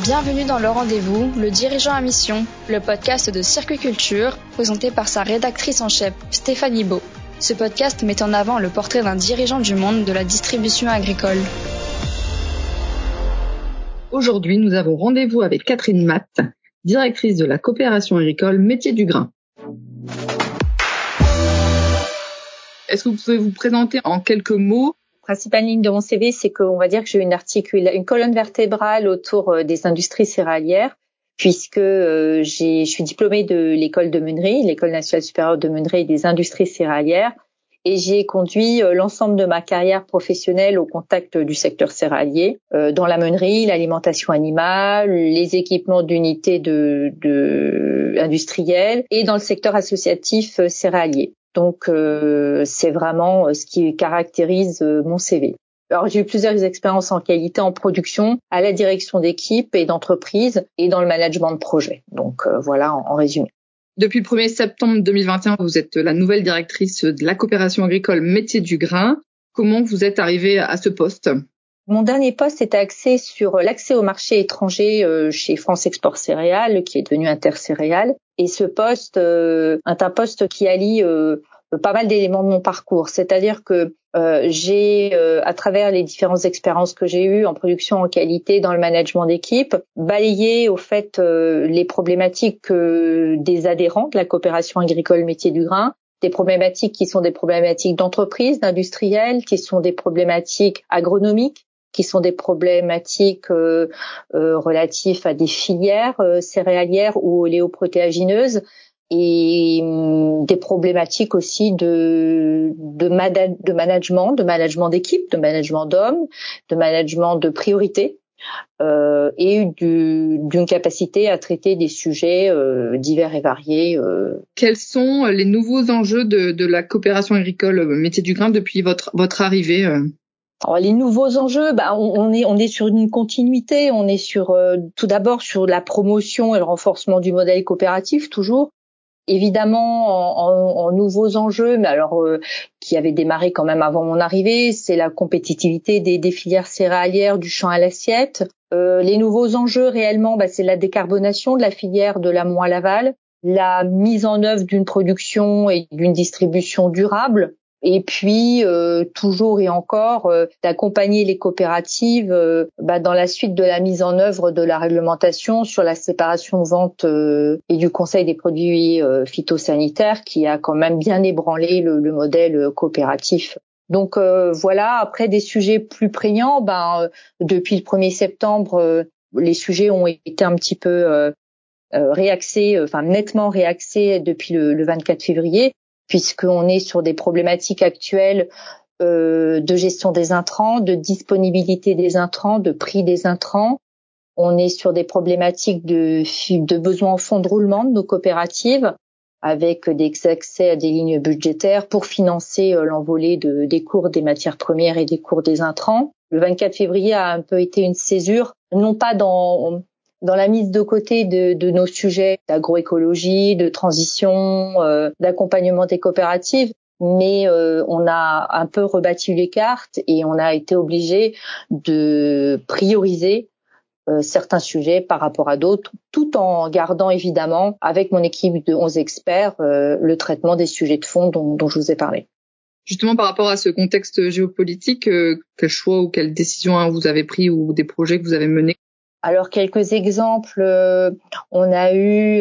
Bienvenue dans Le Rendez-vous, le dirigeant à mission, le podcast de Circuiculture, présenté par sa rédactrice en chef, Stéphanie Beau. Ce podcast met en avant le portrait d'un dirigeant du monde de la distribution agricole. Aujourd'hui, nous avons rendez-vous avec Catherine Matt, directrice de la coopération agricole Métiers du Grain. Est-ce que vous pouvez vous présenter en quelques mots ? Principale ligne de mon CV, c'est qu'on va dire que j'ai une colonne vertébrale autour des industries céréalières, puisque je suis diplômée de l'école de meunerie, l'école nationale supérieure de meunerie et des industries céréalières, et j'ai conduit l'ensemble de ma carrière professionnelle au contact du secteur céréalier, dans la meunerie, l'alimentation animale, les équipements d'unités industrielles et dans le secteur associatif céréalier. Donc, c'est vraiment ce qui caractérise mon CV. Alors, j'ai eu plusieurs expériences en qualité, en production, à la direction d'équipe et d'entreprise et dans le management de projet. Donc, voilà en résumé. Depuis le 1er septembre 2021, vous êtes la nouvelle directrice de la coopération agricole Métiers du Grain. Comment vous êtes arrivée à ce poste ? Mon dernier poste était axé sur l'accès au marché étranger chez France Export Céréales, qui est devenu Intercéréales. Et ce poste est un poste qui allie pas mal d'éléments de mon parcours. C'est-à-dire que j'ai, à travers les différentes expériences que j'ai eues en production, en qualité, dans le management d'équipe, balayé au fait les problématiques des adhérents de la coopération agricole Métiers du Grain, des problématiques qui sont des problématiques d'entreprise, d'industriels, qui sont des problématiques agronomiques, qui sont des problématiques relatives à des filières céréalières ou oléoprotéagineuses, et des problématiques aussi de management d'équipe, de management d'hommes, de management de priorité, et d'une capacité à traiter des sujets divers et variés. Quels sont les nouveaux enjeux de la coopération agricole Métiers du Grain depuis votre arrivée ? Alors, les nouveaux enjeux, on est sur une continuité, on est sur tout d'abord sur la promotion et le renforcement du modèle coopératif toujours. Évidemment, en nouveaux enjeux, mais alors qui avaient démarré quand même avant mon arrivée, c'est la compétitivité des filières céréalières du champ à l'assiette. Les nouveaux enjeux réellement, c'est la décarbonation de la filière de l'amont à l'aval, la mise en œuvre d'une production et d'une distribution durable. Et puis, toujours et encore, d'accompagner les coopératives dans la suite de la mise en œuvre de la réglementation sur la séparation de vente et du conseil des produits phytosanitaires qui a quand même bien ébranlé le modèle coopératif. Donc voilà, après des sujets plus prégnants, depuis le 1er septembre, les sujets ont été un petit peu réaxés, nettement réaxés depuis le 24 février. Puisqu'on est sur des problématiques actuelles de gestion des intrants, de disponibilité des intrants, de prix des intrants. On est sur des problématiques de besoins en fonds de roulement de nos coopératives, avec des accès à des lignes budgétaires pour financer l'envolée des cours des matières premières et des cours des intrants. Le 24 février a un peu été une césure, non pas dans la mise de côté de nos sujets d'agroécologie, de transition, d'accompagnement des coopératives, mais on a un peu rebattu les cartes et on a été obligé de prioriser certains sujets par rapport à d'autres, tout en gardant évidemment, avec mon équipe de 11 experts, le traitement des sujets de fond dont je vous ai parlé. Justement, par rapport à ce contexte géopolitique, quel choix ou quelles décisions vous avez pris ou des projets que vous avez menés ? Alors, quelques exemples, on a eu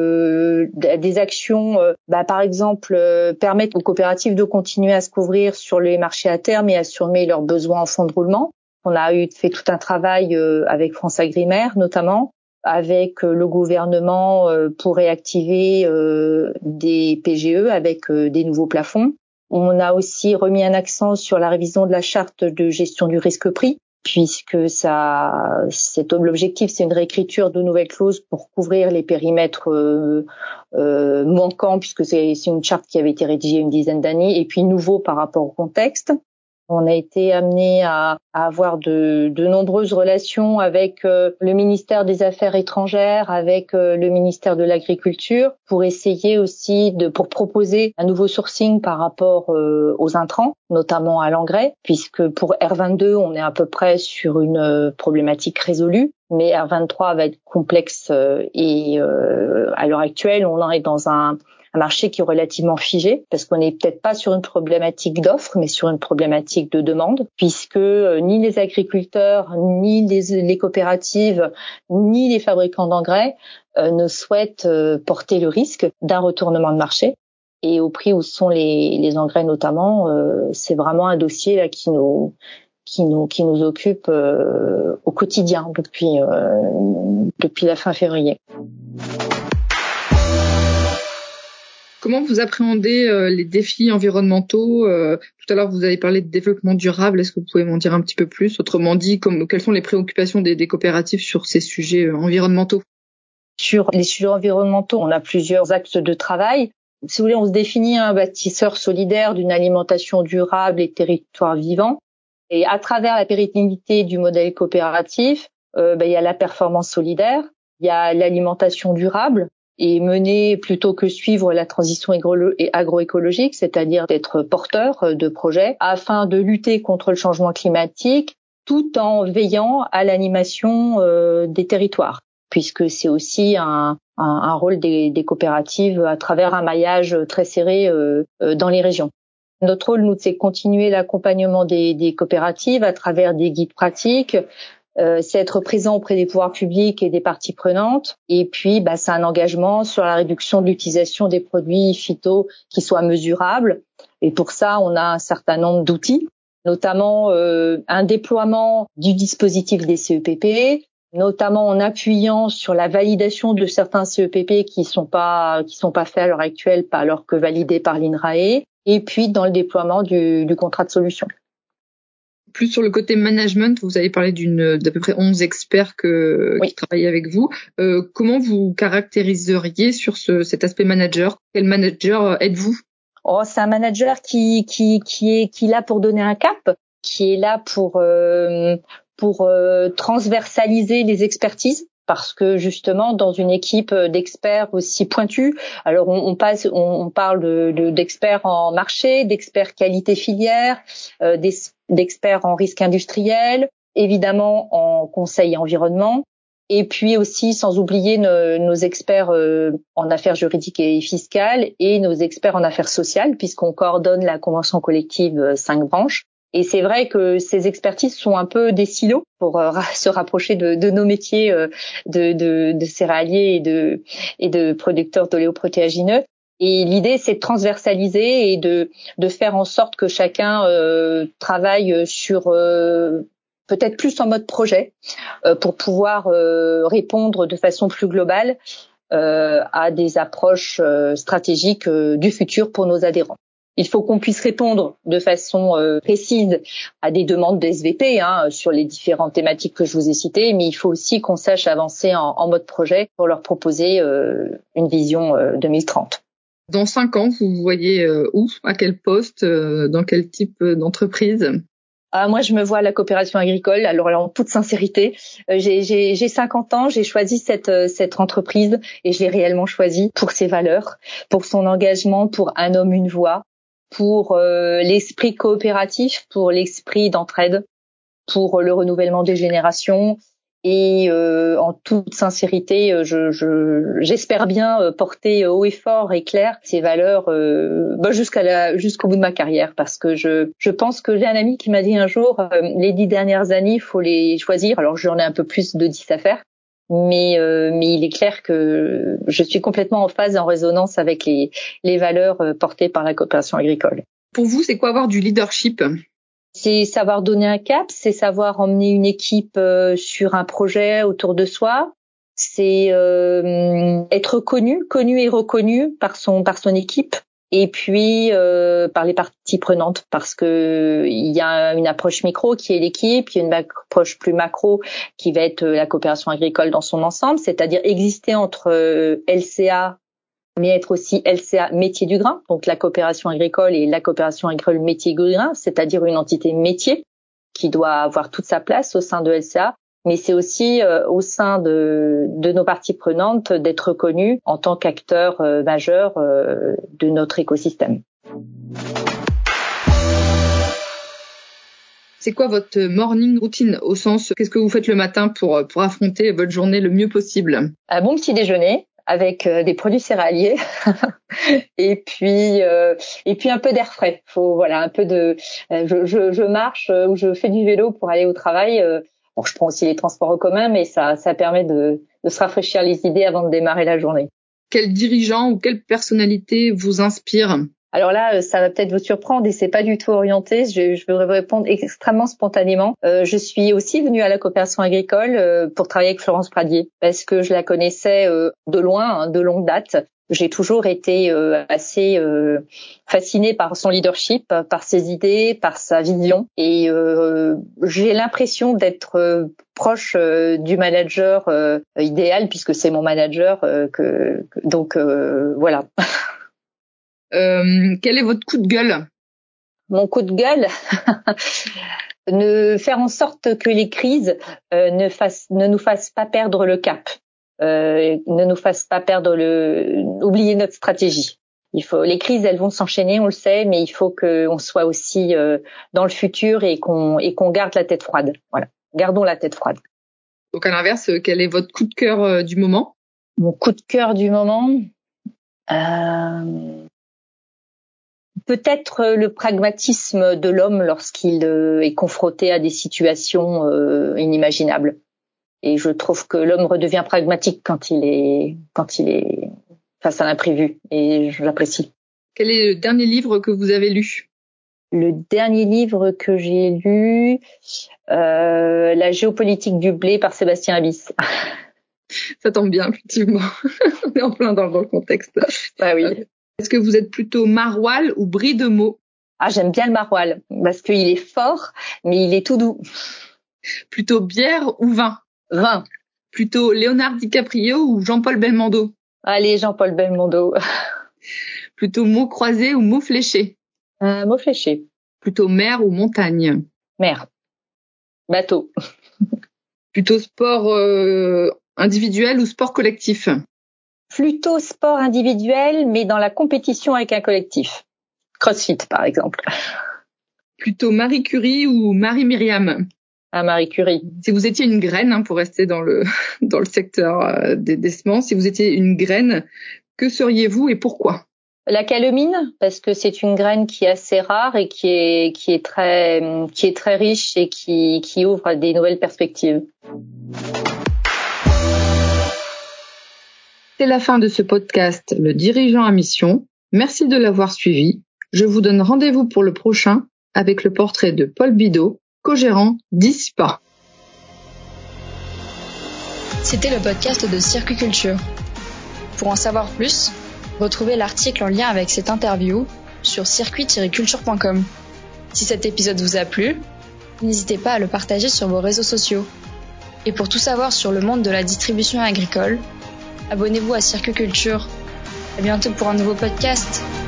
des actions, par exemple, permettre aux coopératives de continuer à se couvrir sur les marchés à terme et assumer leurs besoins en fonds de roulement. On a fait tout un travail avec France Agrimaire, notamment, avec le gouvernement pour réactiver des PGE avec des nouveaux plafonds. On a aussi remis un accent sur la révision de la charte de gestion du risque prix, puisque l'objectif, c'est une réécriture de nouvelles clauses pour couvrir les périmètres manquants, puisque c'est une charte qui avait été rédigée il y a une dizaine d'années, et puis nouveau par rapport au contexte. On a été amené à avoir de nombreuses relations avec le ministère des Affaires étrangères, avec le ministère de l'Agriculture, pour essayer aussi pour proposer un nouveau sourcing par rapport aux intrants, notamment à l'engrais, puisque pour R22, on est à peu près sur une problématique résolue. Mais R23 va être complexe et à l'heure actuelle, on en est dans un marché qui est relativement figé, parce qu'on n'est peut-être pas sur une problématique d'offre, mais sur une problématique de demande, puisque ni les agriculteurs, ni les coopératives, ni les fabricants d'engrais ne souhaitent porter le risque d'un retournement de marché. Et au prix où sont les engrais notamment, c'est vraiment un dossier là qui nous occupe au quotidien depuis la fin février. Comment vous appréhendez les défis environnementaux Tout à l'heure, vous avez parlé de développement durable. Est-ce que vous pouvez m'en dire un petit peu plus? Autrement dit, quelles sont les préoccupations des coopératives sur ces sujets environnementaux? Sur les sujets environnementaux, on a plusieurs axes de travail. Si vous voulez, on se définit un bâtisseur solidaire d'une alimentation durable et territoire vivant. Et à travers la pérennité du modèle coopératif, il y a la performance solidaire, il y a l'alimentation durable, et mener plutôt que suivre la transition agroécologique, c'est-à-dire d'être porteur de projets afin de lutter contre le changement climatique tout en veillant à l'animation des territoires, puisque c'est aussi un rôle des coopératives à travers un maillage très serré dans les régions. Notre rôle, nous, c'est continuer l'accompagnement des coopératives à travers des guides pratiques, c'est être présent auprès des pouvoirs publics et des parties prenantes. Et puis, c'est un engagement sur la réduction de l'utilisation des produits phyto qui soient mesurables. Et pour ça, on a un certain nombre d'outils, notamment un déploiement du dispositif des CEPP, notamment en appuyant sur la validation de certains CEPP qui sont pas faits à l'heure actuelle, alors que validés par l'INRAE, et puis dans le déploiement du contrat de solution. Plus sur le côté management, vous avez parlé d'à peu près 11 experts qui travaillent avec vous. Comment vous caractériseriez sur cet aspect manager? Quel manager êtes-vous? C'est un manager qui est là pour donner un cap, qui est là pour transversaliser les expertises. Parce que justement, dans une équipe d'experts aussi pointus, alors on parle d'experts en marché, d'experts qualité filière, d'experts en risque industriel, évidemment en conseil environnement, et puis aussi sans oublier nos experts en affaires juridiques et fiscales et nos experts en affaires sociales, puisqu'on coordonne la convention collective 5 branches. Et c'est vrai que ces expertises sont un peu des silos pour se rapprocher de nos métiers de céréaliers et de producteurs d'oléoprotéagineux. Et l'idée, c'est de transversaliser et de faire en sorte que chacun travaille sur peut-être plus en mode projet pour pouvoir répondre de façon plus globale à des approches stratégiques du futur pour nos adhérents. Il faut qu'on puisse répondre de façon précise à des demandes de SVP sur les différentes thématiques que je vous ai citées, mais il faut aussi qu'on sache avancer en mode projet pour leur proposer une vision 2030. Dans 5 ans, vous vous voyez où? À quel poste? Dans quel type d'entreprise? Moi, je me vois à la coopération agricole. Alors en toute sincérité, j'ai 50 ans, j'ai choisi cette entreprise et je l'ai réellement choisie pour ses valeurs, pour son engagement, pour un homme, une voix, pour l'esprit coopératif, pour l'esprit d'entraide, pour le renouvellement des générations. Et en toute sincérité, j'espère bien porter haut et fort et clair ces valeurs jusqu'au bout de ma carrière, parce que je pense que j'ai un ami qui m'a dit un jour les 10 dernières années, il faut les choisir. Alors j'en ai un peu plus de 10 à faire, mais il est clair que je suis complètement en phase et en résonance avec les valeurs portées par la coopération agricole. Pour vous, c'est quoi avoir du leadership? C'est savoir donner un cap, c'est savoir emmener une équipe sur un projet autour de soi, c'est être connu et reconnu par son équipe, et puis par les parties prenantes, parce que il y a une approche micro qui est l'équipe, il y a une approche plus macro qui va être la coopération agricole dans son ensemble, c'est-à-dire exister entre LCA mais être aussi LCA métier du grain, donc la coopération agricole et la coopération agricole métier du grain, c'est-à-dire une entité métier qui doit avoir toute sa place au sein de LCA, mais c'est aussi au sein de nos parties prenantes d'être reconnu en tant qu'acteur majeur de notre écosystème. C'est quoi votre morning routine, au sens, qu'est-ce que vous faites le matin pour affronter votre journée le mieux possible? Un bon petit déjeuner avec des produits céréaliers et puis un peu d'air frais. Faut un peu de je marche ou je fais du vélo pour aller au travail. Bon, je prends aussi les transports en commun, mais ça permet de se rafraîchir les idées avant de démarrer la journée. Quel dirigeant ou quelle personnalité vous inspire? Alors là, ça va peut-être vous surprendre et c'est pas du tout orienté. Je vais répondre extrêmement spontanément. Je suis aussi venue à la coopération agricole pour travailler avec Florence Pradier parce que je la connaissais de loin, de longue date. J'ai toujours été assez fascinée par son leadership, par ses idées, par sa vision et j'ai l'impression d'être proche du manager idéal puisque c'est mon manager donc voilà. Quel est votre coup de gueule? Mon coup de gueule, faire en sorte que les crises ne nous fassent pas perdre le cap, ne nous fassent pas oublier notre stratégie. Les crises, elles vont s'enchaîner, on le sait, mais il faut qu'on soit aussi dans le futur et qu'on garde la tête froide. Voilà, gardons la tête froide. Donc à l'inverse, quel est votre coup de cœur du moment? Mon coup de cœur du moment. Peut-être le pragmatisme de l'homme lorsqu'il est confronté à des situations inimaginables. Et je trouve que l'homme redevient pragmatique quand il est face à l'imprévu. Et je l'apprécie. Quel est le dernier livre que vous avez lu? Le dernier livre que j'ai lu, La géopolitique du blé par Sébastien Abyss. Ça tombe bien, effectivement. On est en plein dans le contexte. Ah oui. Est-ce que vous êtes plutôt maroilles ou brie de mots? Ah, j'aime bien le maroilles parce qu'il est fort, mais il est tout doux. Plutôt bière ou vin? Vin. Plutôt Léonard DiCaprio ou Jean-Paul Belmondo? Allez, Jean-Paul Belmondo. Plutôt mots croisés ou mots fléchés? Mot fléché. Plutôt mer ou montagne? Mer. Bateau. Plutôt sport individuel ou sport collectif? Plutôt sport individuel, mais dans la compétition avec un collectif. CrossFit, par exemple. Plutôt Marie Curie ou Marie-Myriam? Marie Curie. Si vous étiez une graine, pour rester dans le secteur des semences, si vous étiez une graine, que seriez-vous et pourquoi? La calomine, parce que c'est une graine qui est assez rare et qui est très riche et qui ouvre des nouvelles perspectives. C'est la fin de ce podcast, Le Dirigeant à Mission. Merci de l'avoir suivi. Je vous donne rendez-vous pour le prochain avec le portrait de Paul Bidot, co-gérant d'ISPA. C'était le podcast de Circuculture. Pour en savoir plus, retrouvez l'article en lien avec cette interview sur circuit-culture.com. Si cet épisode vous a plu, n'hésitez pas à le partager sur vos réseaux sociaux. Et pour tout savoir sur le monde de la distribution agricole, abonnez-vous à Circuculture. À bientôt pour un nouveau podcast.